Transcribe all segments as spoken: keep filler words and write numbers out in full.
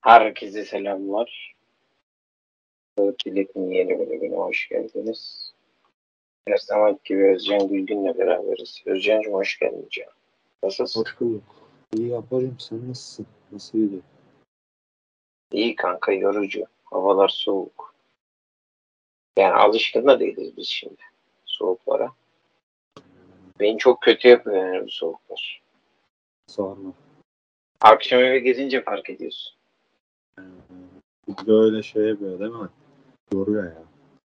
Herkese selamlar. Dilek'in yeni bölümüne hoş geldiniz. Her zaman gibi Özcan Gülgün'le beraberiz. Özcan'cığım hoş geldin canım. Nasılsın? Hoş bulduk. İyi yaparım. Sen nasılsın? Nasıl gidiyor? İyi kanka, yorucu. Havalar soğuk. Yani alışkın da değiliz biz şimdi soğuklara. Beni çok kötü yapıyor yani bu soğuklar. Sorma. Akşam eve gelince fark ediyorsun. Ee, Böyle şey yapıyor değil mi? Yoruyor ya.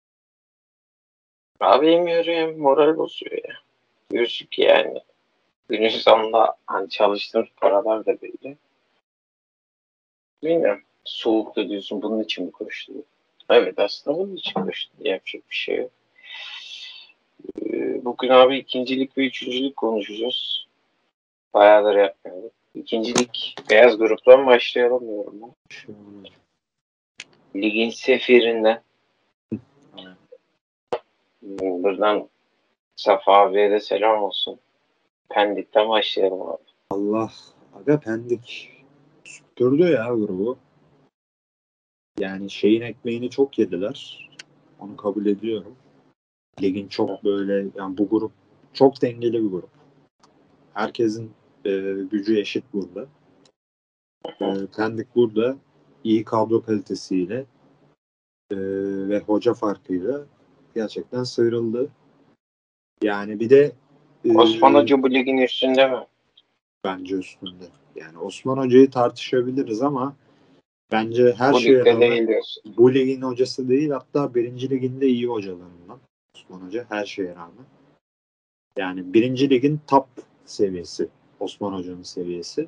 Abi hem yoruyor hem moral bozuyor ya. Diyorsun ki yani günün sonunda hani çalıştığımız paralar da belli. Bilmiyorum. Soğuk da diyorsun, bunun için mi koştun? Evet, aslında bunun için koştun. Yapacak bir şey yok. Ee, bugün abi ikincilik ve üçüncülük konuşacağız. Bayağıdır yapmıyorduk. İkincilik beyaz gruptan başlayalım diyorum ben. Şey oluyor. Ligin sefirinden. Aynen. Buradan Safa abiye de selam olsun. Pendik'ten başlayalım abi. Allah. Aga Pendik süpürdü ya grubu. Yani şeyin ekmeğini çok yediler. Onu kabul ediyorum. Ligin çok böyle yani bu grup çok dengeli bir grup. Herkesin e, gücü eşit burada. E, Pendik burada iyi kadro kalitesiyle e, ve hoca farkıyla gerçekten sıyrıldı. Yani bir de e, Osman Hoca bu ligin üstünde mi? bence üstünde. Yani Osman Hoca'yı tartışabiliriz ama bence her Bu şeye ligde rağmen değil diyorsun. bu ligin hocası değil, hatta birinci liginde iyi hocalarından Osman Hoca her şeye rağmen. Yani birinci ligin top seviyesi Osman Hoca'nın seviyesi.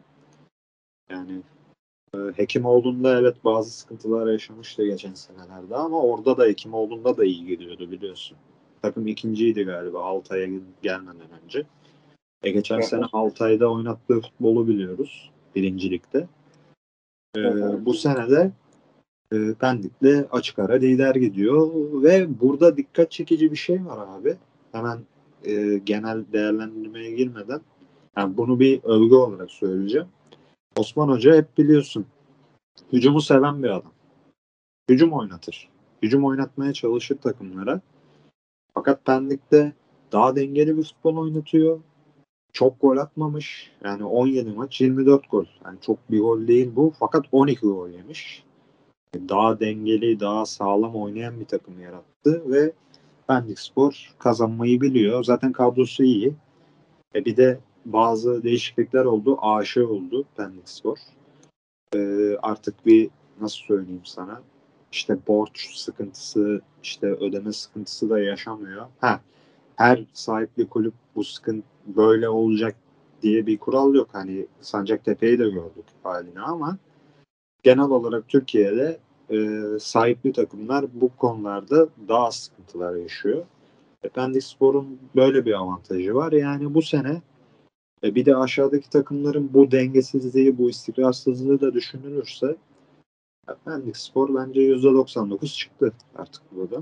Yani e, Hekimoğlu'nda evet bazı sıkıntılar yaşamıştı geçen senelerde ama orada da Hekimoğlu'nda da iyi gidiyordu biliyorsun. Takım ikinciydi galiba Altay'a gelmeden önce. E geçen Hı sene hı. Altay'da oynattığı futbolu biliyoruz birincilikte. E, Hı hı. bu sene de e, Pendik'le açık ara lider gidiyor ve burada dikkat çekici bir şey var abi. Hemen e, genel değerlendirmeye girmeden yani bunu bir övgü olarak söyleyeceğim. Osman Hoca hep biliyorsun hücumu seven bir adam. Hücum oynatır. Hücum oynatmaya çalışır takımlara. Fakat Pendik'te daha dengeli bir futbol oynatıyor. Çok gol atmamış. Yani on yedi maç yirmi dört gol. Yani çok bir gol değil bu. Fakat on iki gol yemiş. Daha dengeli, daha sağlam oynayan bir takım yarattı ve Pendikspor kazanmayı biliyor. Zaten kadrosu iyi. E bir de bazı değişiklikler oldu. Aşı oldu Pendikspor. E, artık bir nasıl söyleyeyim sana, işte borç sıkıntısı, işte ödeme sıkıntısı da yaşamıyor. Ha, her sahipli kulüp bu sıkıntı böyle olacak diye bir kural yok. Hani Sancaktepe'yi de gördük halini ama genel olarak Türkiye'de e, sahipli takımlar bu konularda daha az sıkıntılar yaşıyor. E, Pendikspor'un böyle bir avantajı var. Yani bu sene e, bir de aşağıdaki takımların bu dengesizliği, bu istikrarsızlığı da düşünülürse e, Pendikspor bence yüzde doksan dokuz çıktı artık burada.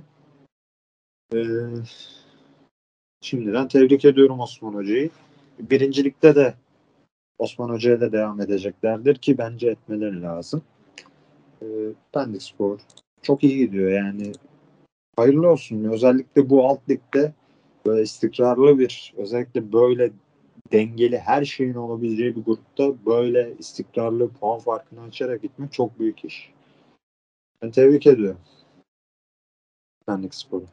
E, Şimdiden tebrik ediyorum Osman Hoca'yı. Birincilikte de Osman Hoca'ya da devam edeceklerdir ki bence etmeleri lazım. E, Pendikspor çok iyi gidiyor yani. Hayırlı olsun. Özellikle bu alt ligde böyle istikrarlı bir, özellikle böyle dengeli her şeyin olabileceği bir grupta böyle istikrarlı puan farkını açarak gitmek çok büyük iş. Ben tebrik ediyorum Pendikspor'u.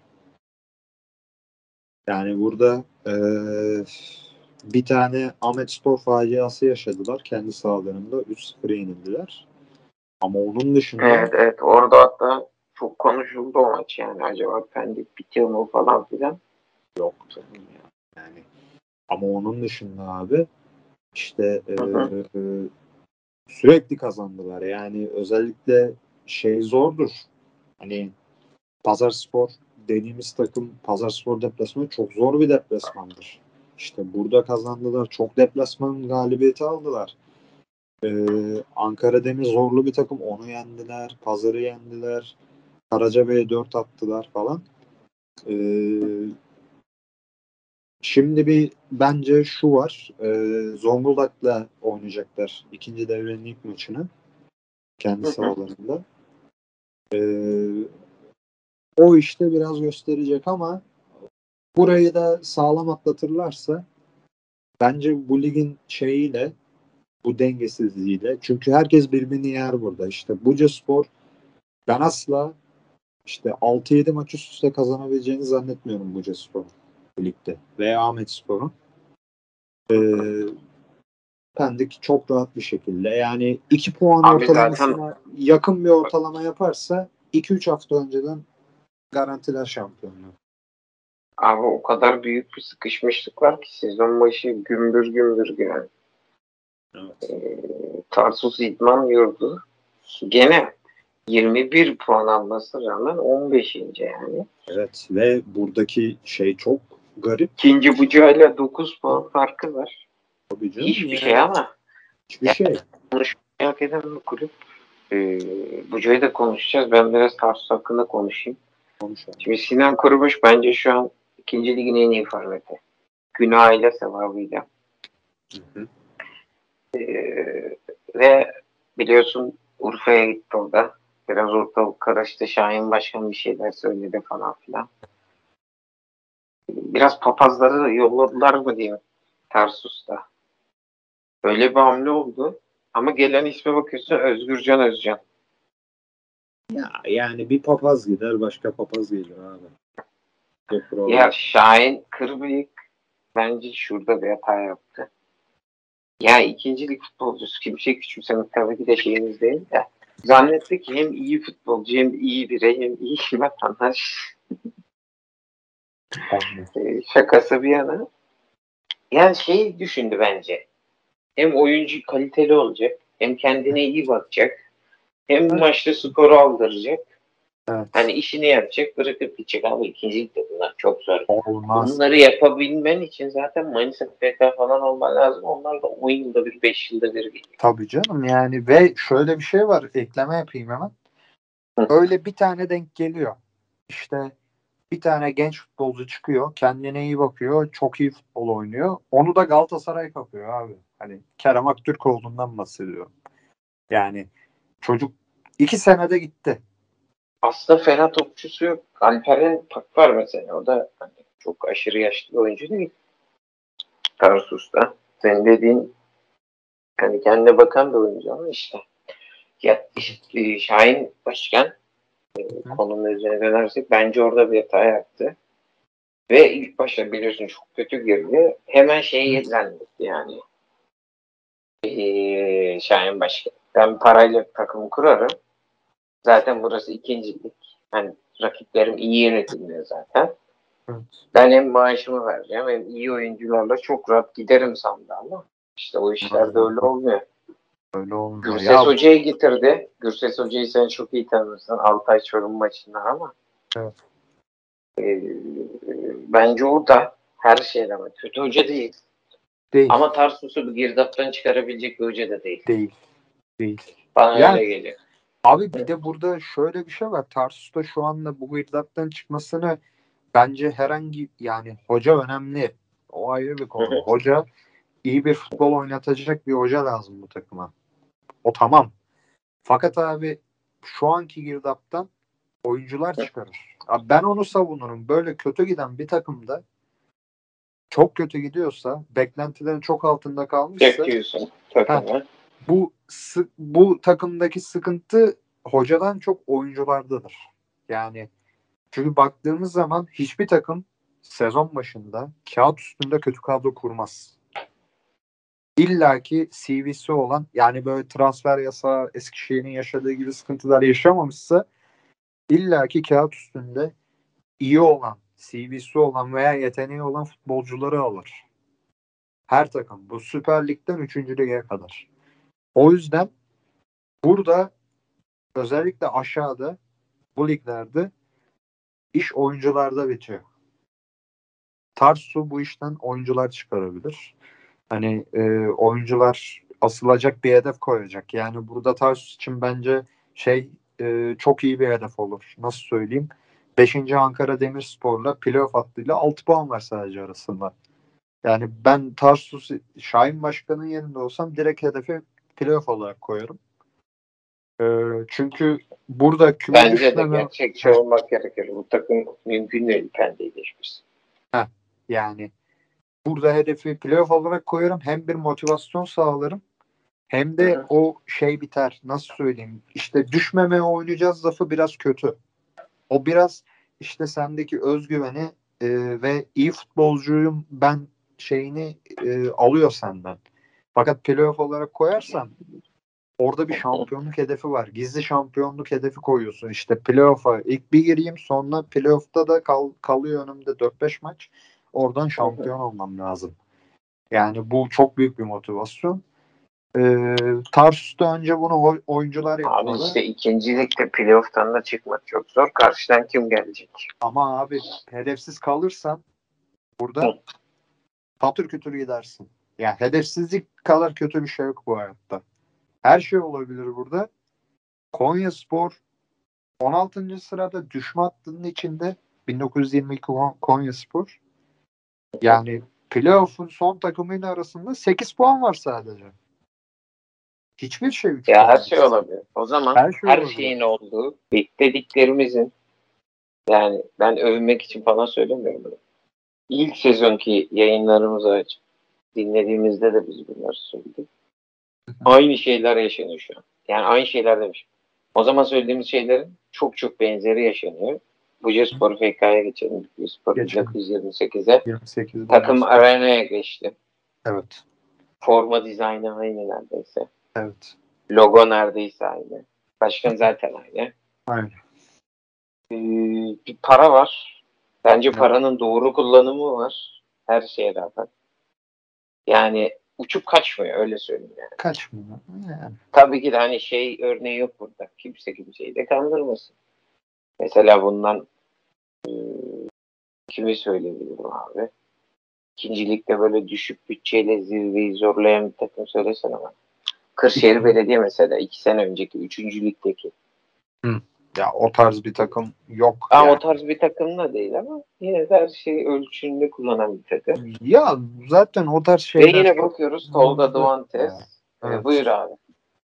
Yani burada eee, bir tane Ahmetspor faciası yaşadılar. Kendi sahalarında üç sıfır yenildiler. Ama onun dışında Evet, evet, orada hatta çok konuşuldu o maç, yani acaba Pendik bitiyor mu falan filan. yok canım ya. Yani ama onun dışında abi işte Hı hı. eee, sürekli kazandılar. Yani özellikle şey zordur. Hani Pazarspor dediğimiz takım, Pazarspor deplasmanı çok zor bir deplasmandır. İşte burada kazandılar. Çok deplasman galibiyeti aldılar. Ee, Ankara Demir zorlu bir takım. Onu yendiler. Pazar'ı yendiler. Karacabey'e dört attılar falan. Ee, şimdi bir bence şu var. Ee, Zonguldak'la oynayacaklar ikinci devrenin ilk maçını. kendisi Hı hı. havalarında. Ee, o işte biraz gösterecek ama burayı da sağlam atlatırlarsa bence bu ligin şeyiyle, bu dengesizliğiyle, çünkü herkes birbirini yer burada. İşte Bucaspor, ben asla işte altı yedi maç üst üste kazanabileceğini zannetmiyorum Bucaspor'un bu ligde. Veya Ahmetspor'un. Ee, Pendik çok rahat bir şekilde, yani iki puan Abi zaten ortalamasına yakın bir ortalama yaparsa iki üç hafta önceden garantiler şampiyonluğu. abi o kadar büyük bir sıkışmışlık var ki sezon başı gümbür gümbür yani. Evet. Ee, Tarsus İdman Yurdu gene yirmi bir puan almasına rağmen on beşinci yani. Evet ve buradaki şey çok garip. İkinci Buca'yla dokuz puan farkı var. Tabii canım, Hiçbir yani şey ama hiçbir şey. konuşmayı hak eden bir kulüp. Ee, Buca'yı da konuşacağız. Ben biraz Tarsus hakkında konuşayım. Konuşalım. Şimdi Sinan Kurumuş bence şu an ikinci ligin en iyi forveti. Günahıyla sevabıyla. Hı hı. Ee, ve biliyorsun Urfa'ya gitti o da. Biraz ortalık karıştı. Şahin Başkan bir şeyler söyledi falan filan. Biraz papazları yolladılar mı diyeyim Tarsus'ta. Öyle bir hamle oldu. Ama gelen isme bakıyorsun Özgürcan Özcan. Ya yani bir papaz gider, başka papaz gelir abi. Bir problem. Ya Şahin Kırbıyık bence şurada bir hata yaptı. Ya ikincilik futbolcusu kimse küçümsemek tabii ki de şeyimiz değil de. Zannetti ki hem iyi futbolcu hem iyi birey hem iyi vatandaş. Ee, şakası bir yana. Yani şey düşündü bence. Hem oyuncu kaliteli olacak, hem kendine iyi bakacak, hem Evet. maçta skoru aldıracak. Evet. Hani işini yapacak, bırakıp gidecek. Ama ikincilikte bunlar çok zor. Olmaz. Bunları yapabilmen için zaten Manisa F K falan olman lazım. Onlar da on yılda bir, beş yılda bir geliyor. Tabii canım, yani ve şöyle bir şey var, ekleme yapayım hemen. Öyle bir tane denk geliyor. İşte bir tane genç futbolcu çıkıyor, kendine iyi bakıyor, çok iyi futbol oynuyor. Onu da Galatasaray kapıyor abi. Hani Kerem Aktürkoğlu'ndan bahsediyorum. Yani çocuk iki senede gitti. Aslında fena topçusu yok. Alperen Pak var mesela. O da hani çok aşırı yaşlı bir oyuncu değil. Tarsus'ta. Senin dediğin hani kendine bakan bir oyuncu ama işte. Ya işte Şahin Başkan Hı. konunun üzerine dönersek bence orada bir hata yaptı. Ve ilk başta biliyorsun çok kötü girdi. Hemen şeye yedirendi yani. Ee, Şahin Başkan. Ben parayla takım kurarım. Zaten burası ikincilik. Hani rakiplerim iyi yönetilmiyor zaten. Evet. Ben hem maaşımı vereceğim hem iyi oyuncularla çok rahat giderim sandı ama işte o işlerde öyle olmuyor. Öyle olmuyor. Gürses Ya Hoca'yı getirdi. Gürses Hoca'yı sen çok iyi tanırsın. Altay Çorum maçında ama evet. e, bence o da her şeyden ama kötü hoca değil. Değil. Ama Tarsus'u bir girdaptan çıkarabilecek bir hoca da değil. Değil. Değil. Bana Yani öyle geliyor. abi bir de burada şöyle bir şey var. Tarsus'ta şu anda bu girdaptan çıkmasını bence herhangi, yani hoca önemli. O ayrı bir Hı konu. hı. Hoca, iyi bir futbol oynatacak bir hoca lazım bu takıma. O tamam. Fakat abi şu anki girdaptan oyuncular çıkarır. Abi ben onu savunurum. Böyle kötü giden bir takımda, çok kötü gidiyorsa, beklentilerin çok altında kalmışsa, Çekiyorsun heh, takımı. bu sı- bu takımdaki sıkıntı hocadan çok oyunculardadır. Yani çünkü baktığımız zaman hiçbir takım sezon başında kağıt üstünde kötü kadro kurmaz. İlla ki C V'si olan, yani böyle transfer yasağı Eskişehir'in yaşadığı gibi sıkıntılar yaşamamışsa, illa ki kağıt üstünde iyi olan, C V'si olan veya yeteneği olan futbolcuları alır. Her takım. Bu Süper Lig'den üçüncü lige kadar. O yüzden burada özellikle aşağıda, bu liglerde iş oyuncularda bitiyor. Tarsu bu işten oyuncular çıkarabilir. Hani e, oyuncular asılacak bir hedef koyacak. Yani burada Tarsus için bence şey e, çok iyi bir hedef olur. Nasıl söyleyeyim? Beşinci Ankara Demirspor'la playoff hattıyla altı puan var sadece arasında. Yani ben Tarsus Şahin Başkan'ın yerinde olsam direkt hedefi playoff olarak koyarım. Ee, çünkü burada küme Bence de düşmeme... gerçekçi Heh, olmak gerekir. Bu takım mümkün değil pendeyi geçmesi. heh, yani burada hedefi playoff olarak koyarım. Hem bir motivasyon sağlarım. Hem Hı de hı. o şey biter. Nasıl söyleyeyim? İşte düşmemeye oynayacağız lafı biraz kötü. O biraz işte sendeki özgüveni e, ve iyi futbolcuyum ben şeyini e, alıyor senden. Fakat playoff olarak koyarsan orada bir şampiyonluk hedefi var. Gizli şampiyonluk hedefi koyuyorsun. İşte playoff'a ilk bir gireyim, sonra playoff'ta da kal, kalıyor önümde dört beş maç. Oradan Hı hı. şampiyon olmam lazım. Yani bu çok büyük bir motivasyon. Ee, Tarsus'ta önce bunu oy- oyuncular Abi yapmalı. işte ikincilikte playoff'tan da çıkmak çok zor. Karşıdan kim gelecek? Ama abi hedefsiz kalırsan burada Hı. patır kütür gidersin. Yani hedefsizlik kadar kötü bir şey yok bu hayatta. Her şey olabilir burada. Konyaspor on altıncı sırada düşme hattının içinde bin dokuz yüz yirmi iki Kon- Konyaspor. Yani playoff'un son takımıyla arasında sekiz puan var sadece. Hiçbir şey üç Ya her puan. şey olabilir. O zaman Her şey her olabilir. şeyin olduğu, beklediklerimizin, yani ben övünmek için falan söylemiyorum bunu. İlk sezonki yayınlarımızı aç. Dinlediğimizde de biz bunları söyledik. Aynı şeyler yaşanıyor şu an. Yani aynı şeyler demişim. O zaman söylediğimiz şeylerin çok çok benzeri yaşanıyor. Bucaspor F K'ya geçelim. Bucaspor Geçelim. bin dokuz yüz yirmi sekize. yirmi sekiz Takım Bucaspor. arenaya geçti. Evet. Forma dizaynı aynı neredeyse. Evet. Logo neredeyse aynı. Başkan zaten aynı. Aynen. Ee, bir para var. Bence Evet. paranın doğru kullanımı var. Her şeye rağmen. Yani uçup kaçmıyor, öyle söyleyeyim yani. Kaçmıyor. Yani. Tabii ki de hani şey örneği yok burada. Kimse kimseyi de kandırmasın. Mesela bundan e, kimi söyleyebilirim abi? İkincilikte böyle düşük bütçeyle zirveyi zorlayan bir takım söylesene bana. Kırşehir İki. Belediye mesela iki sene önceki üçüncü ligdeki. Hı. Ya o tarz bir takım yok Aa, o yani. tarz bir takım da değil ama yine de her şeyi ölçünde kullanan bir takım. Ya zaten o tarz Ve şeyler yine çok bakıyoruz Tolga günümüzde Doğantes. ya. E, Evet. buyur abi.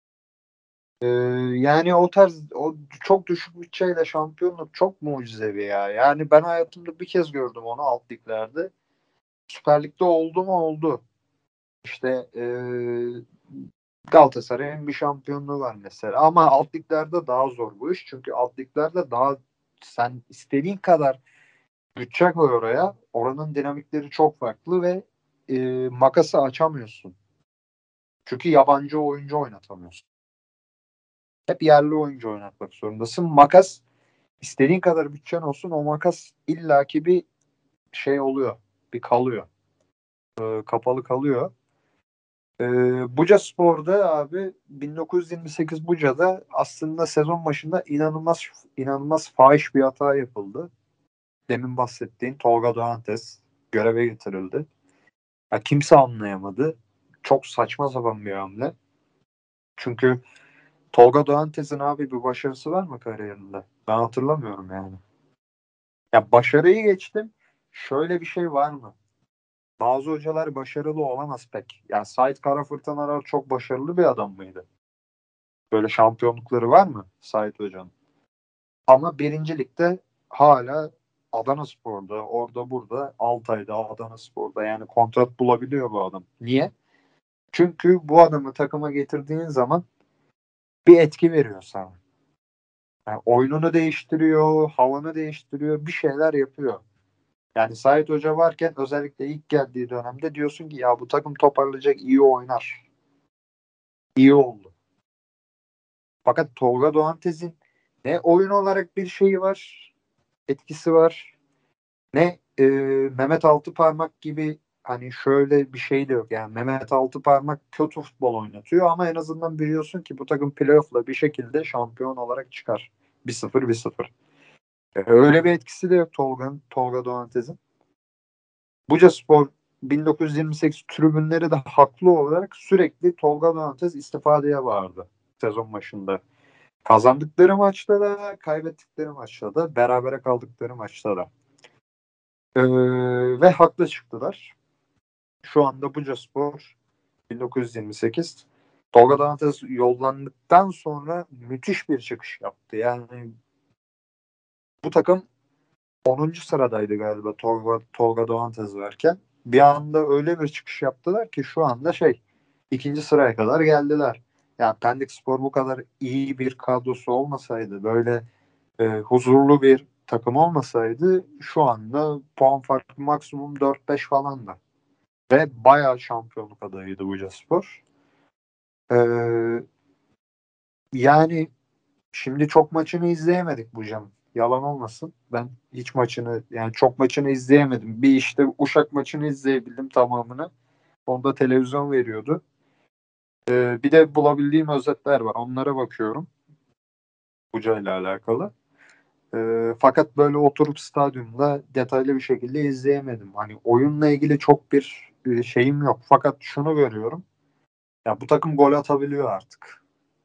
Ee, yani o tarz o çok düşük bütçeyle şampiyonluk çok mucizevi ya. Yani ben hayatımda bir kez gördüm onu alt liglerde. Süper Lig'de oldu mu oldu. İşte ee, Galatasaray'ın bir şampiyonluğu var mesela. Ama alt liglerde daha zor bu iş. Çünkü alt liglerde daha sen istediğin kadar bütçe koy oraya. Oranın dinamikleri çok farklı ve e, makası açamıyorsun. Çünkü yabancı oyuncu oynatamıyorsun. Hep yerli oyuncu oynatmak zorundasın. Makas istediğin kadar bütçen olsun o makas illaki bir şey oluyor. Bir kalıyor. E, kapalı kalıyor. E, Bucaspor'da abi bin dokuz yüz yirmi sekiz Buca'da aslında sezon başında inanılmaz inanılmaz fahiş bir hata yapıldı. Demin bahsettiğin Tolga Doğantes göreve getirildi. Ya kimse anlayamadı. Çok saçma sapan bir hamle. Çünkü Tolga Doğantes'in abi bir başarısı var mı kariyerinde? Ben hatırlamıyorum yani. Ya başarıyı geçtim. Şöyle bir şey var mı? Bazı hocalar başarılı olamaz pek. Ya Sait Karafırtınalar çok başarılı bir adam mıydı? Böyle şampiyonlukları var mı Sait Hoca'nın? Ama birincilikte hala Adanaspor'da, orada burada, Altay'da, Adanaspor'da yani kontrat bulabiliyor bu adam. Niye? Çünkü bu adamı takıma getirdiğin zaman bir etki veriyor sana. Yani oyununu değiştiriyor, havanı değiştiriyor, bir şeyler yapıyor. Yani Sait Hoca varken özellikle ilk geldiği dönemde diyorsun ki ya bu takım toparlayacak, iyi oynar. İyi oldu. Fakat Tolga Doğantez'in ne oyun olarak bir şeyi var, etkisi var. Ne e, Mehmet Altıparmak gibi hani şöyle bir şey de yok. Yani Mehmet Altıparmak kötü futbol oynatıyor ama en azından biliyorsun ki bu takım playoff'la bir şekilde şampiyon olarak çıkar. bir sıfır bir sıfır. E, öyle bir etkisi de yok Tolga'nın, Tolga Doğantez'in. Bucaspor bin dokuz yüz yirmi sekiz tribünleri de haklı olarak sürekli Tolga Doğantez istifadeye bağırdı sezon başında. Kazandıkları maçta da, kaybettikleri maçta da, berabere kaldıkları maçta da. Ee, ve haklı çıktılar. Şu anda Bucaspor bin dokuz yüz yirmi sekiz Tolga Donates yollandıktan sonra müthiş bir çıkış yaptı. Yani bu takım onuncu sıradaydı galiba Tolga, Tolga Donates varken. Bir anda öyle bir çıkış yaptılar ki şu anda şey ikinci sıraya kadar geldiler. Yani Pendikspor bu kadar iyi bir kadrosu olmasaydı, böyle e, huzurlu bir takım olmasaydı şu anda puan farkı maksimum dört beş falandı. Ve bayağı şampiyonluk adayıydı Bucaspor. Ee, yani şimdi çok maçını izleyemedik Buca'nın. Yalan olmasın. Ben hiç maçını yani çok maçını izleyemedim. Bir işte Uşak maçını izleyebildim tamamını. Onda televizyon veriyordu. Ee, bir de bulabildiğim özetler var. Onlara bakıyorum. Buca ile alakalı. Ee, fakat böyle oturup stadyumda detaylı bir şekilde izleyemedim. Hani oyunla ilgili çok bir e, şeyim yok. Fakat şunu görüyorum. Ya bu takım gol atabiliyor artık.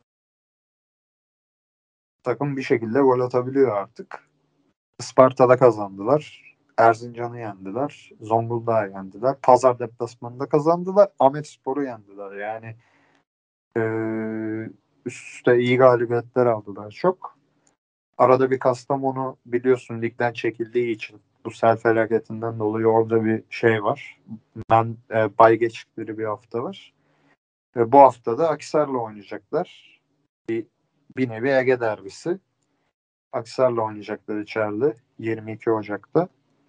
Takım bir şekilde gol atabiliyor artık. Isparta'da kazandılar. Erzincan'ı yendiler. Zonguldak'ı yendiler. Pazar deplasmanında kazandılar. Ahmetspor'u yendiler. Yani ee, üst üste iyi galibiyetler aldılar çok. Arada bir Kastamonu biliyorsun ligden çekildiği için bu sel felaketinden dolayı orada bir şey var. Ben e, bay geçtikleri bir hafta var. Ve bu hafta da Akhisar'la oynayacaklar. Bir, bir nevi Ege derbisi. Akhisar'la oynayacaklar içeride yirmi iki Ocak'ta.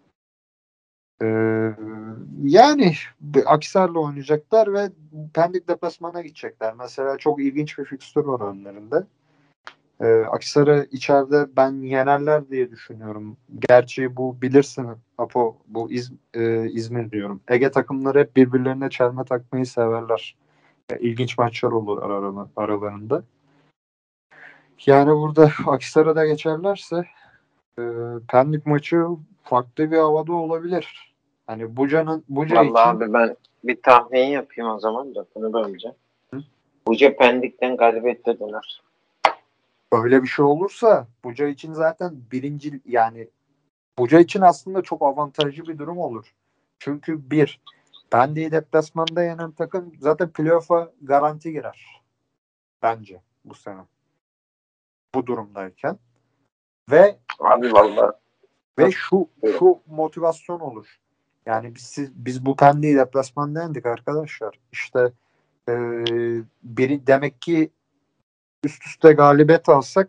Ee, yani Akhisar'la oynayacaklar ve Pendik deplasmana gidecekler. Mesela çok ilginç bir fikstür var önlerinde. Ee, Akhisar'ı içeride ben yenerler diye düşünüyorum. Gerçi bu bilirsin Apo, bu İz, e, İzmir diyorum. Ege takımları hep birbirlerine çelme takmayı severler. Yani ilginç maçlar olur aralarında, aralarında. Yani burada Akhisar'a da geçerlerse e, Pendik maçı farklı bir havada olabilir. Hani Buca'nın Buca Vallahi için abi ben bir tahmin yapayım o zaman da bunu bölmeyeceğim. Buca Pendik'ten galibiyetle döner. öyle bir şey olursa Buca için zaten birinci yani Buca için aslında çok avantajlı bir durum olur. Çünkü bir Pendik'i deplasmanda yenen takım zaten playoff'a garanti girer. Bence bu sene. Bu durumdayken. Ve Abi vallahi ve Hı, şu buyurun. şu motivasyon olur. Yani biz siz, biz bu Pendik'i deplasmanda yendik arkadaşlar. İşte e, biri demek ki üst üste galibiyet alsak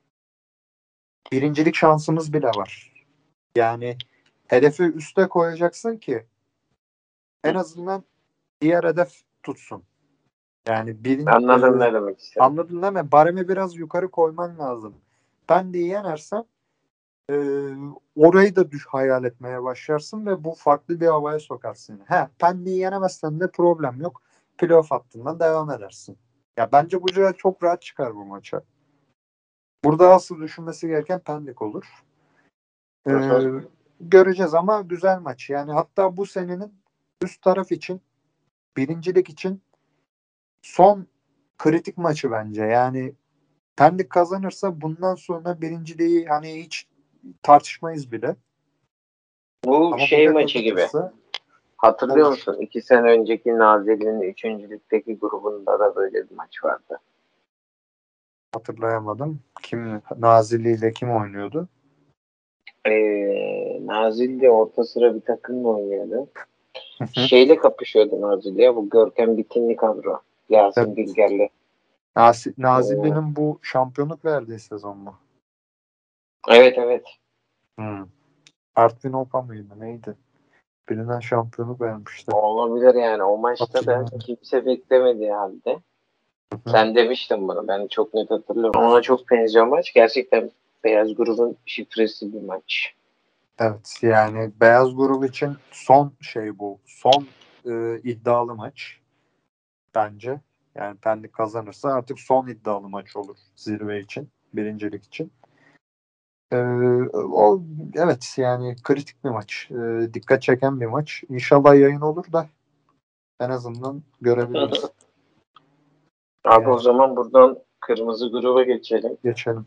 birincilik şansımız bile var. Yani hedefi üste koyacaksın ki en azından diğer hedef tutsun. Yani birin, e, Anladım ne demek istedim. anladın değil mi? Baremi biraz yukarı koyman lazım. Ben de yenersem e, orayı da düş hayal etmeye başlarsın ve bu farklı bir havaya sokar seni. He, Pendik'i yenemezsen de problem yok. Playoff hattından devam edersin. Ya bence Buca çok rahat çıkar bu maça. Burada asıl düşünmesi gereken Pendik olur. Hı Ee, hı. göreceğiz ama güzel maç. Yani hatta bu senenin üst taraf için, birincilik için son kritik maçı bence. Yani Pendik kazanırsa bundan sonra birinciliği hani hiç tartışmayız bile. Bu Ama şey Buca maçı gibi. kazanırsa Hatırlıyor olur. musun? İki sene önceki Nazilli'nin üçüncülükteki grubunda da böyle bir maç vardı. Hatırlayamadım. Kim Nazilli ile kim oynuyordu? Ee, Nazilli orta sıra bir takımla oynuyordu. Şeyle kapışıyordu Nazilli'ye. Bu Görkem Bitinli kadro. Yasin Evet. Bilger'le. Naz- Ee, Nazilli'nin bu şampiyonluk verdiği sezon mu? evet evet. Hmm. Artvin Oka mıydı? Neydi? Birinden şampiyonluk vermişti. Olabilir yani. O maçta da Hatırlıyorum. kimse beklemediği halde. Hı hı. Sen demiştin bunu. Ben çok net hatırlıyorum. Ona çok benziyor maç. Gerçekten Beyaz Grubun şifresi bir maç. Evet yani Beyaz Grup için son şey bu. Son e, iddialı maç bence. Yani Pendik kazanırsa artık son iddialı maç olur zirve için. Birincilik için. E, o evet yani kritik bir maç. E, dikkat çeken bir maç. İnşallah yayın olur da en azından görebiliriz. Abi o Yani zaman buradan kırmızı gruba geçelim. geçelim.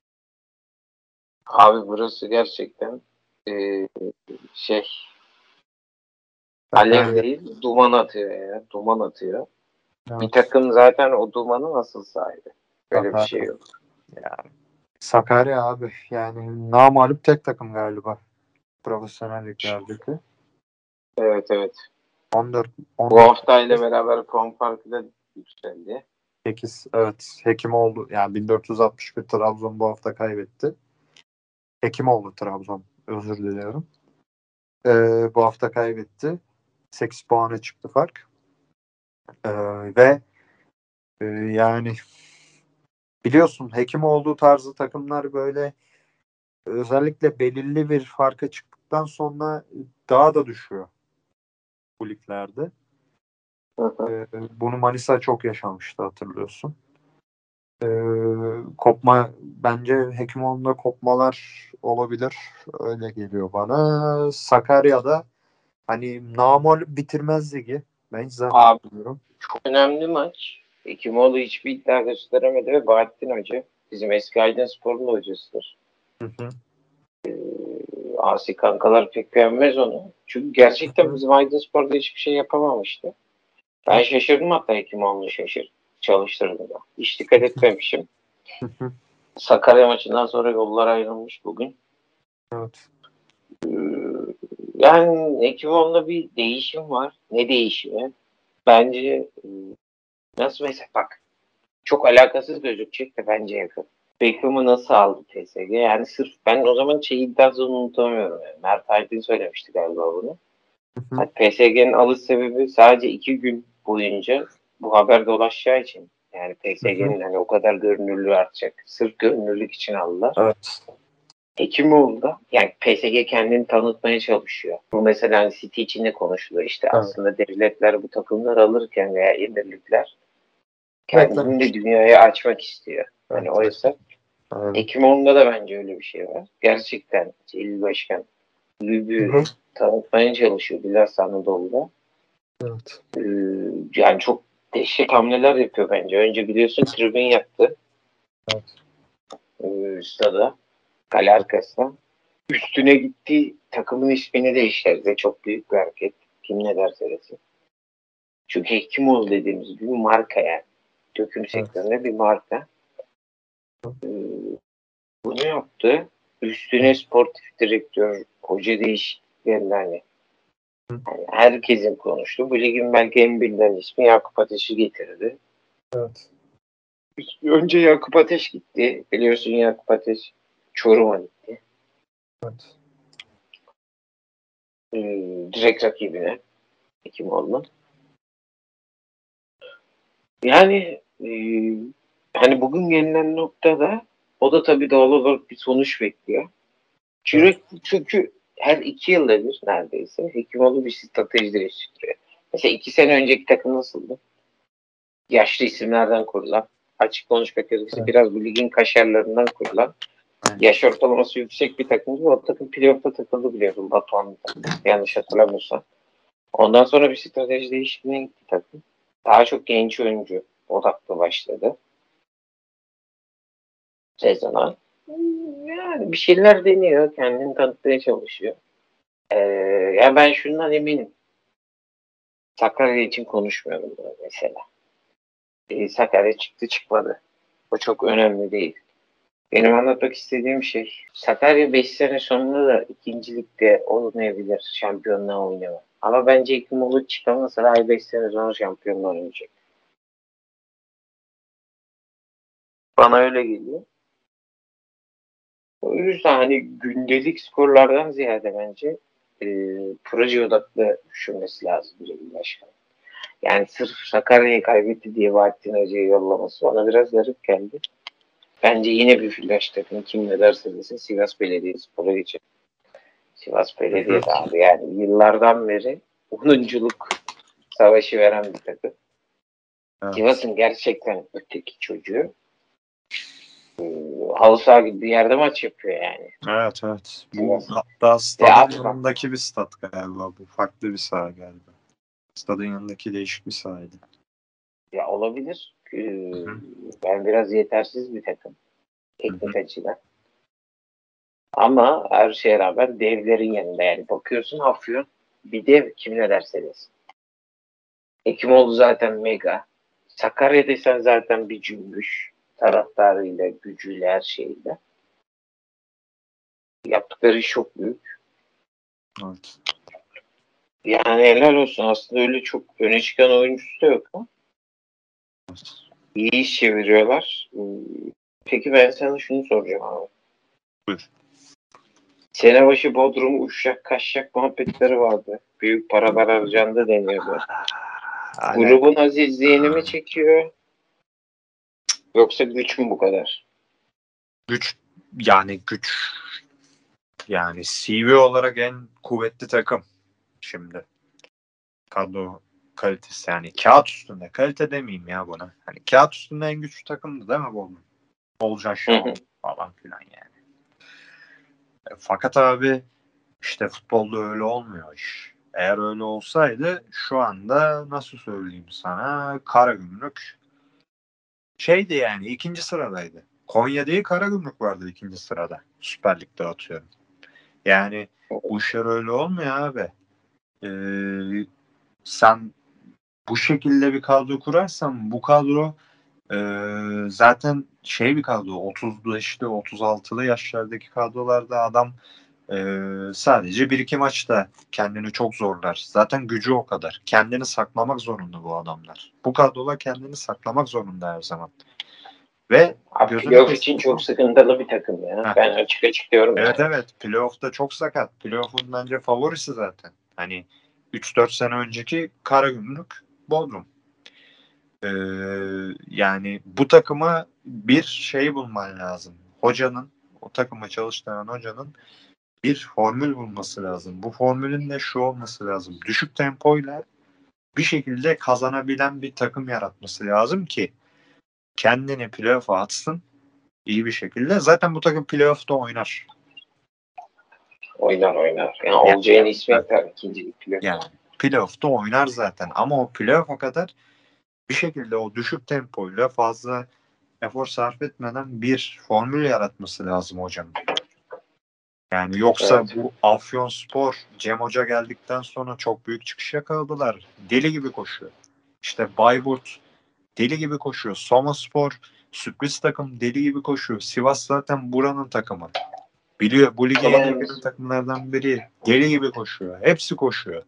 Abi burası gerçekten e, şey alev Yani değil duman atıyor ya. Duman atıyor. Evet. Bir takım zaten o dumanı nasıl sahibi? Böyle bir Sakarya. şey yok. Yani Sakarya abi. Yani namağlup tek takım galiba. Profesyonel liglerdeki. Evet evet. on dört Bu on dört haftayla beraber puan farkı da yükseldi. sekiz evet Hekimoğlu yani bin dört yüz altmış bir Trabzon bu hafta kaybetti. Hekimoğlu Trabzon özür diliyorum. Ee, bu hafta kaybetti. sekiz puana çıktı fark. Ee, ve e, yani biliyorsun Hekimoğlu tarzı takımlar böyle özellikle belirli bir farka çıktıktan sonra daha da düşüyor bu liglerde. Hı hı. Ee, bunu Manisa çok yaşamıştı hatırlıyorsun. Ee, kopma bence Hekimoğlu'nda kopmalar olabilir. Öyle geliyor bana. Sakarya'da hani namağlup bitirmez ligi. Ben hiç Abi zannetmiyorum. çok önemli maç. Hekimoğlu hiçbir iddia gösteremedi ve Bahattin Hoca bizim eski Aydınsporlu hocasıdır. Hı hı. Asi kankalar pek beğenmez onu. Çünkü gerçekten bizim Aydınspor'da hiçbir şey yapamamıştı. Ben şaşırdım hatta Hekimoğlu'nu şaşır çalıştırdığında. Hiç dikkat etmemişim. Hı hı. Sakarya maçından sonra yollar ayrılmış bugün. Evet. Yani Hekimoğlu'nda bir değişim var. Ne değişimi? Bence nasıl mesela bak çok alakasız gözükecek de bence yakın. Beckham'ı nasıl aldı P S G? Yani sırf ben o zaman şey iddiasını unutamıyorum. Yani. Mert Aydın söylemişti galiba bunu. Hı hı. Yani P S G'nin alış sebebi sadece iki gün boyunca bu haber dolaşacağı için. Yani P S G'nin hani o kadar görünürlüğü artacak. Sırf görünürlük için aldılar. Evet. Hekimoğlu'da yani P S G kendini tanıtmaya çalışıyor. Bu mesela hani City için de konuşuluyor. İşte Evet. aslında devletler bu takımları alırken veya emirlikler kendini Beklemiş. de dünyaya açmak istiyor. Evet. Hani oysa Aynen. Hekimoğlu'nda da bence öyle bir şey var. Gerçekten Celil Başkan Hı Lübü hı. tanıtmaya çalışıyor bilhassa Anadolu'da. Evet. Ee, yani çok dehşet hamleler yapıyor bence. Önce biliyorsun tribün yaptı. Evet. Ee, stada. Kale arkasına. Üstüne gitti. Takımın ismini değiştirdi. Çok büyük bir hareket. Kim ne derse desin. Çünkü Hekimoğlu dediğimiz bir marka yani. Döküm Evet. sektöründe bir marka. Ee, bunu yaptı. Üstüne sportif direktör, hoca değişikliklerinden hani, Hı. yani herkesin konuştu. Bu ligin belki en bilinen ismi Yakup Ateş'i getirdi. Evet. Önce Yakup Ateş gitti. Biliyorsun Yakup Ateş Çorum'a gitti. Evet. Ee, direkt rakibine Hekimoğlu'na. Yani e, hani bugün gelinen noktada o da tabii doğal olarak bir sonuç bekliyor. Evet. Çünkü, çünkü her iki yılda bir neredeyse Hekimoğlu bir strateji değiştiriyor. Mesela iki sene önceki takım nasıldı? Yaşlı isimlerden kurulan, açık konuşmak gerekirse Evet. biraz bu ligin kaşarlarından kurulan, Aynen. yaş ortalaması yüksek bir takımdı. O takım playoff'ta takıldı biliyorsun Batuhan'da. Yanlış hatırlamıyorsam. Ondan sonra bir strateji değişikliğine gitti takım. Daha çok genç oyuncu odaklı başladı sezona. Yani bir şeyler deniyor. Kendini tanıtmaya çalışıyor. Ee, ya ben şundan eminim. Sakarya için konuşmuyorum mesela. Ee, Sakarya çıktı çıkmadı. O çok önemli değil. Benim anlatmak istediğim şey Sakarya beş sene sonra da ikincilikte olmayabilir şampiyonluğa oynama. Ama bence Hekimoğlu çıkamasa da beş sene sonra şampiyonluğa oynayacak. Bana öyle geliyor. O yüzden hani gündelik skorlardan ziyade bence e, proje odaklı düşünmesi lazım bir başkan. Yani sırf Sakarya'yı kaybetti diye Bahattin Hoca'yı yollaması bana biraz garip geldi. Bence yine bir flash takım kim ne derse desin Sivas Belediyespor'a geçecek. Sivas Hı hı. Belediye de abi yani yıllardan beri onunculuk savaşı veren bir takım. Evet. Sivas'ın gerçekten öteki çocuğu. Halı saha gibi bir yerde maç yapıyor yani. Evet evet. Bu Sivas. hatta E stadın abi bak yanındaki bir stat galiba. Bu farklı bir saha galiba. Stadın yanındaki değişik bir sahaydı. ya olabilir. Ee, Hı hı. ben biraz yetersiz bir takım. Hı hı. Teknik açıdan. Ama her şeye rağmen devlerin yanında yani bakıyorsun Afyon bir dev kim ne derse desin. Hekimoğlu zaten mega. Sakarya desen zaten bir cümbüş. Taraftarıyla, gücüyle, her şeyle. Yaptıkları iş çok büyük. Evet. Yani helal olsun. Aslında öyle çok öne çıkan oyuncusu da yok ama iyi iş çeviriyorlar. Peki ben sana şunu soracağım abi. Buyur. Sene başı Bodrum uçacak kaçacak muhabbetleri vardı. Büyük paralar harcandı deniyordu. Grubun azizliğini mi çekiyor? Yoksa güç mü bu kadar? Güç, yani güç. Yani C V olarak en kuvvetli takım şimdi. Kadro kalitesi, yani kağıt üstünde. Kalite demeyeyim ya buna. Hani kağıt üstünde en güçlü takımdı değil mi bu? Olcan Şahin falan filan yani. E, fakat abi işte futbolda öyle olmuyor iş. Eğer öyle olsaydı şu anda nasıl söyleyeyim sana, Karagümrük şeydi, yani ikinci sıradaydı. Konya değil, Karagümrük vardı ikinci sırada. Süper Lig'de atıyorum. Yani bu işler öyle olmuyor abi. Ee, sen bu şekilde bir kadro kurarsan, bu kadro e, zaten şey bir kadro, otuz beşli otuz altılı yaşlardaki kadrolarda adam e, sadece bir iki maçta kendini çok zorlar. Zaten gücü o kadar. Kendini saklamak zorunda bu adamlar. Bu kadrolar kendini saklamak zorunda her zaman. Ve Abi gözünü playoff için kestim. çok sıkıntılı bir takım ya. Heh. Ben açık açık diyorum Evet yani. evet, playoff'ta çok sakat. Playoff'un bence favorisi zaten. Hani üç dört sene önceki Karagümrük, Bodrum. Ee, yani bu takıma bir şey bulman lazım. Hocanın, o takıma çalıştıran hocanın bir formül bulması lazım. Bu formülün de şu olması lazım: düşük tempoyla bir şekilde kazanabilen bir takım yaratması lazım ki kendini playoff'a atsın iyi bir şekilde. Zaten bu takım playoff'ta oynar. Oynar oynar. Yani Yani, Olcay'ın ismi yeter ikincilik playoff. yani playoff'ta oynar zaten. Ama o playoff'a kadar bir şekilde o düşük tempoyla fazla efor sarf etmeden bir formül yaratması lazım hocanın. Yani yoksa Evet. bu Afyonspor, Cem Hoca geldikten sonra çok büyük çıkış yakaladılar. Deli gibi koşuyor. İşte Bayburt deli gibi koşuyor. Somaspor sürpriz takım, deli gibi koşuyor. Sivas zaten buranın takımı. Biliyor, bu lige en iyi bilen takımlardan biri. Deli gibi koşuyor. Hepsi koşuyor.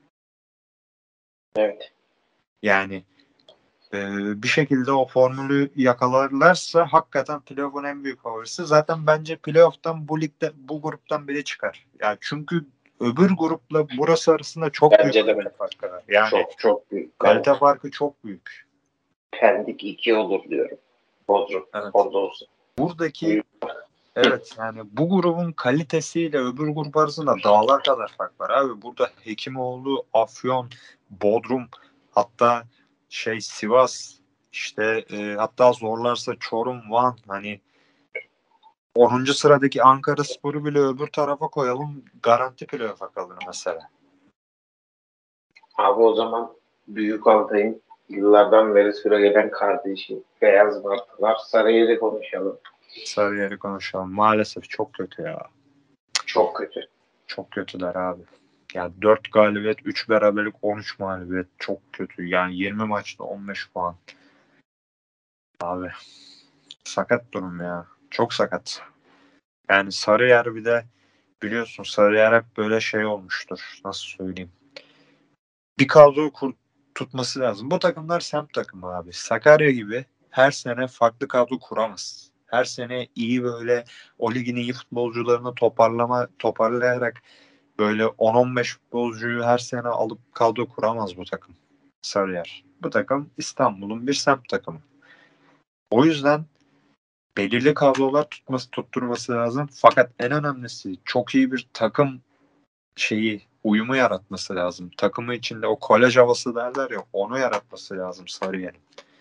Evet. Yani e, bir şekilde o formülü yakalarlarsa hakikaten playoff'un en büyük favorisi. Zaten bence playoff'tan bu ligde, bu gruptan biri çıkar. Yani çünkü öbür grupla burası arasında çok büyük Bence de kalite ben. farkı var. Yani Çok çok büyük. Ben kalite farkı çok büyük. Pendik iki olur diyorum. Bodrum. Evet. Orada olsun. Buradaki, evet, yani bu grubun kalitesiyle öbür grup arasında dağlar kadar fark var abi. Burada Hekimoğlu, Afyon, Bodrum, hatta şey Sivas, işte e, hatta zorlarsa Çorum, Van, hani onuncu sıradaki Ankaraspor'u bile öbür tarafa koyalım, garanti playoff'a kalır mesela. Abi o zaman Büyük Altay'ın yıllardan beri süregelen kardeşi Beyaz Martılar Sarıyer'i konuşalım. Sarıyer'i konuşalım. Maalesef çok kötü ya. Çok kötü. Çok kötüler abi. Yani dört galibiyet, üç beraberlik, on üç mağlubiyet. Çok kötü. Yani yirmi maçta on beş puan. Abi sakat durum ya. Çok sakat. Yani Sarıyer bir de biliyorsun, Sarıyer hep böyle şey olmuştur. Nasıl söyleyeyim? Bir kadro kur, tutması lazım. Bu takımlar semt takımı abi. Sakarya gibi her sene farklı kadro kuramaz. Her sene iyi böyle o ligin iyi futbolcularını toparlama toparlayarak böyle on on beş futbolcuyu her sene alıp kadro kuramaz bu takım. Sarıyer. Bu takım İstanbul'un bir semt takımı. O yüzden belirli kadrolar tutması tutturması lazım. Fakat en önemlisi çok iyi bir takım şeyi uyumu yaratması lazım. Takımı içinde o kolej havası derler ya, onu yaratması lazım Sarıyer'in.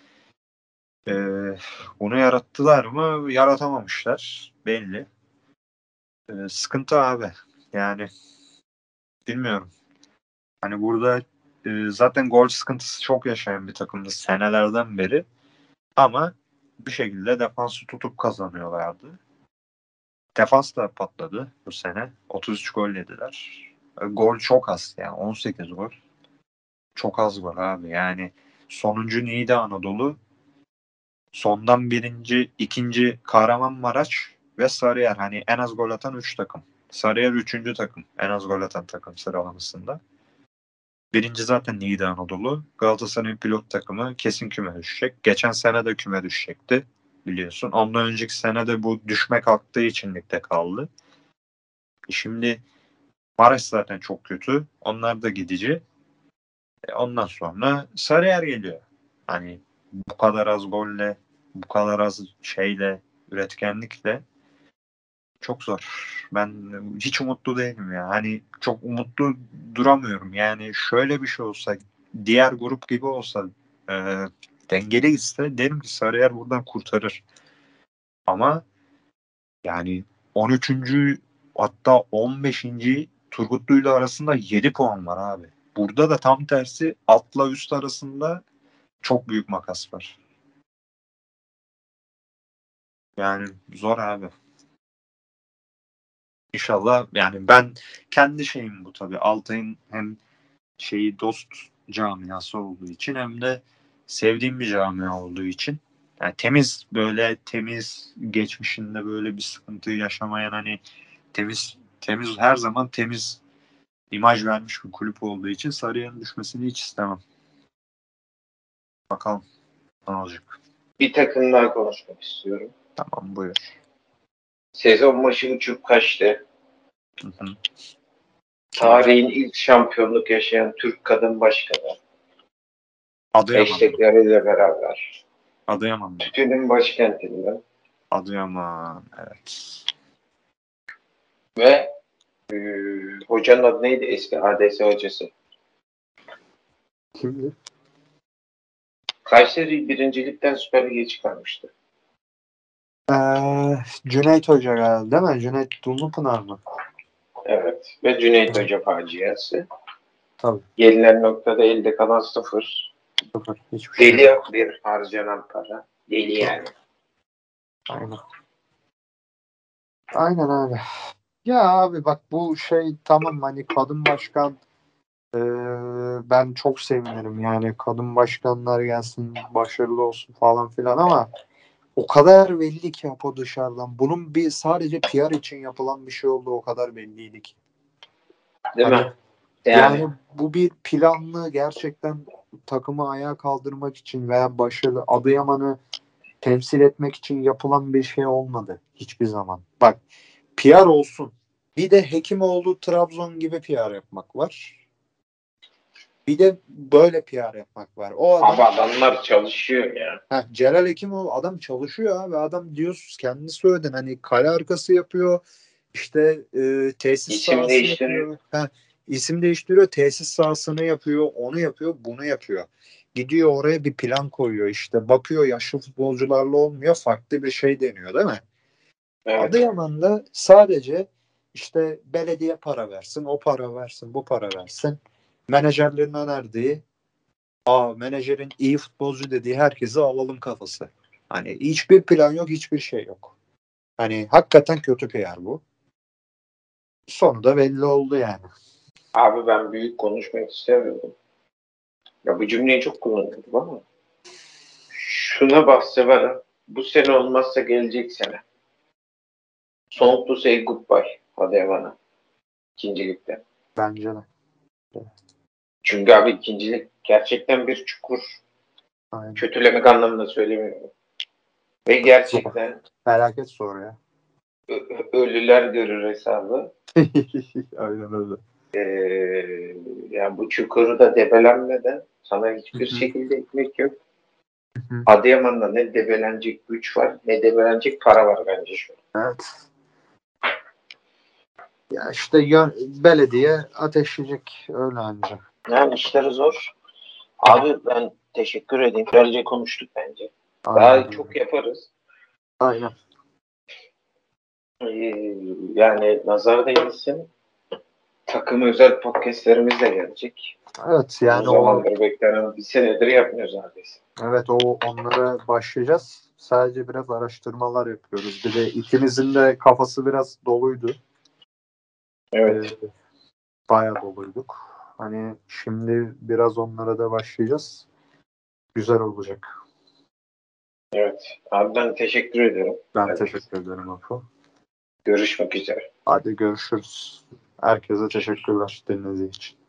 Ee, bunu yarattılar mı? Yaratamamışlar. Belli. Ee, sıkıntı abi. Yani bilmiyorum. Hani burada e, zaten gol sıkıntısı çok yaşayan bir takımdı senelerden beri. Ama bir şekilde defansı tutup kazanıyorlardı. Defans da patladı bu sene. otuz üç gol yediler. E, gol çok az yani, on sekiz gol. Çok az gol abi. Yani sonuncu Niğde Anadolu. Sondan birinci, ikinci Kahramanmaraş ve Sarıyer. Hani en az gol atan üç takım. Sarıyer üçüncü takım. En az gol atan takım sıralamasında. Birinci zaten Niğde Anadolu. Galatasaray'ın pilot takımı kesin küme düşecek. Geçen sene de küme düşecekti biliyorsun. Ondan önceki sene de bu düşme kalktığı için ligde kaldı. Şimdi Maraş zaten çok kötü. Onlar da gidici. E ondan sonra Sarıyer geliyor. Hani bu kadar az golle, bu kadar az şeyle, üretkenlikle çok zor. Ben hiç umutlu değilim ya. Hani çok umutlu duramıyorum. Yani şöyle bir şey olsa, diğer grup gibi olsa, e, dengeli gitse derim ki Sarıyer buradan kurtarır. Ama yani on üçüncü hatta on beşinci Turgutlu'yla arasında yedi puan var abi. Burada da tam tersi altla üst arasında çok büyük makas var. Yani zor abi. İnşallah yani ben kendi şeyim bu tabii. Altay'ın hem şeyi dost camiası olduğu için hem de sevdiğim bir camia olduğu için. Yani temiz böyle temiz geçmişinde böyle bir sıkıntı yaşamayan hani temiz temiz her zaman temiz imaj vermiş bir kulüp olduğu için Sarıyer'in düşmesini hiç istemem. Bakalım ne olacak. Bir takım daha konuşmak istiyorum. Tamam buyur. Sezon başı uçup kaçtı. Hı hı. Tarihin ilk şampiyonluk yaşayan Türk kadın başkanı. Adıyaman. Hashtagleriyle beraber. Adıyaman. Tütünün başkentinden. Adıyaman. Evet. Ve e, hocanın adı neydi? Eski A D S hocası. Kimdi? Kayseri birincilikten Süper Lig'e çıkarmıştı. Ee, Cüneyt Hoca geldi değil mi? Cüneyt Dumlupınar mı? Evet. Ve Cüneyt Hoca faciası. Tabii. Gelinen noktada elde kalan sıfır. Sıfır. Hiçbir şey Deli yok. bir harcanan para. Deli yani. Aynen. Aynen abi. Ya abi bak bu şey tamam hani kadın başkan e, ben çok sevinirim yani kadın başkanlar gelsin başarılı olsun falan filan ama o kadar belli ki Apo dışarıdan bunun bir sadece P R için yapılan bir şey olduğu o kadar belliydi ki. Değil Hani mi? Yani, yani bu bir planlı gerçekten takımı ayağa kaldırmak için veya başarılı Adıyaman'ı temsil etmek için yapılan bir şey olmadı hiçbir zaman. Bak P R olsun. Bir de Hekimoğlu Trabzon gibi P R yapmak var. Bir de böyle P R yapmak var. O adam abi adamlar çalışıyor ya. heh, Celal Hekimoğlu adam çalışıyor abi. Adam diyorsunuz kendi söyledin hani kale arkası yapıyor. İşte e, tesis İsim sahası değiştiriyor. yapıyor. Heh, isim değiştiriyor. Tesis sahasını yapıyor. Onu yapıyor. Bunu yapıyor. Gidiyor oraya bir plan koyuyor. İşte bakıyor yaşlı futbolcularla olmuyor. Farklı bir şey deniyor değil mi? Evet. Adıyaman'da sadece işte belediye para versin, o para versin, bu para versin. Menajerlerin önerdiği, aa menajerin iyi futbolcu dediği herkesi alalım kafası. Hani hiçbir plan yok, hiçbir şey yok. Hani hakikaten kötü P R bu. Sonu da belli oldu yani. Abi ben büyük konuşmak istemiyorum. Ya bu cümleyi çok kullanıyorum ama şuna bahse var. Bu sene olmazsa gelecek sene. Song to say goodbye. Hadi Evan'a. İkincilikte. Bence de. Çünkü abi ikincilik gerçekten bir çukur. Aynen. Kötülemek anlamında söylemiyorum. Ve Zor. gerçekten Felaket zor ya. ö- ölüler görür hesabı. Aynen öyle. Ee, yani bu çukuru da debelenmeden sana hiçbir Hı hı. şekilde ekmek yok. Hı hı. Adıyaman'da ne debelenecek güç var ne debelenecek para var bence şu an. Evet. Ya işte yön, belediye ateşleyecek öyle ancak. Yani işleri zor. Abi ben teşekkür edeyim. Güzelce konuştuk bence. Aynen Daha öyle. çok yaparız. Aynen. Ee, yani nazar değmesin. Takım özel podcastlerimiz de gelecek. Evet Uzun yani o zamandır beklenen bir senedir yapmıyoruz neredeyse. evet o onlara başlayacağız. Sadece biraz araştırmalar yapıyoruz. Bir de ikimizin de kafası biraz doluydu. Ee, Evet. bayağı doluyduk. Hani şimdi biraz onlara da başlayacağız. güzel olacak. Evet. Abi ben teşekkür ederim. Ben Hadi. teşekkür ederim Apo. Görüşmek üzere. Hadi görüşürüz. Herkese teşekkürler dinlediği için.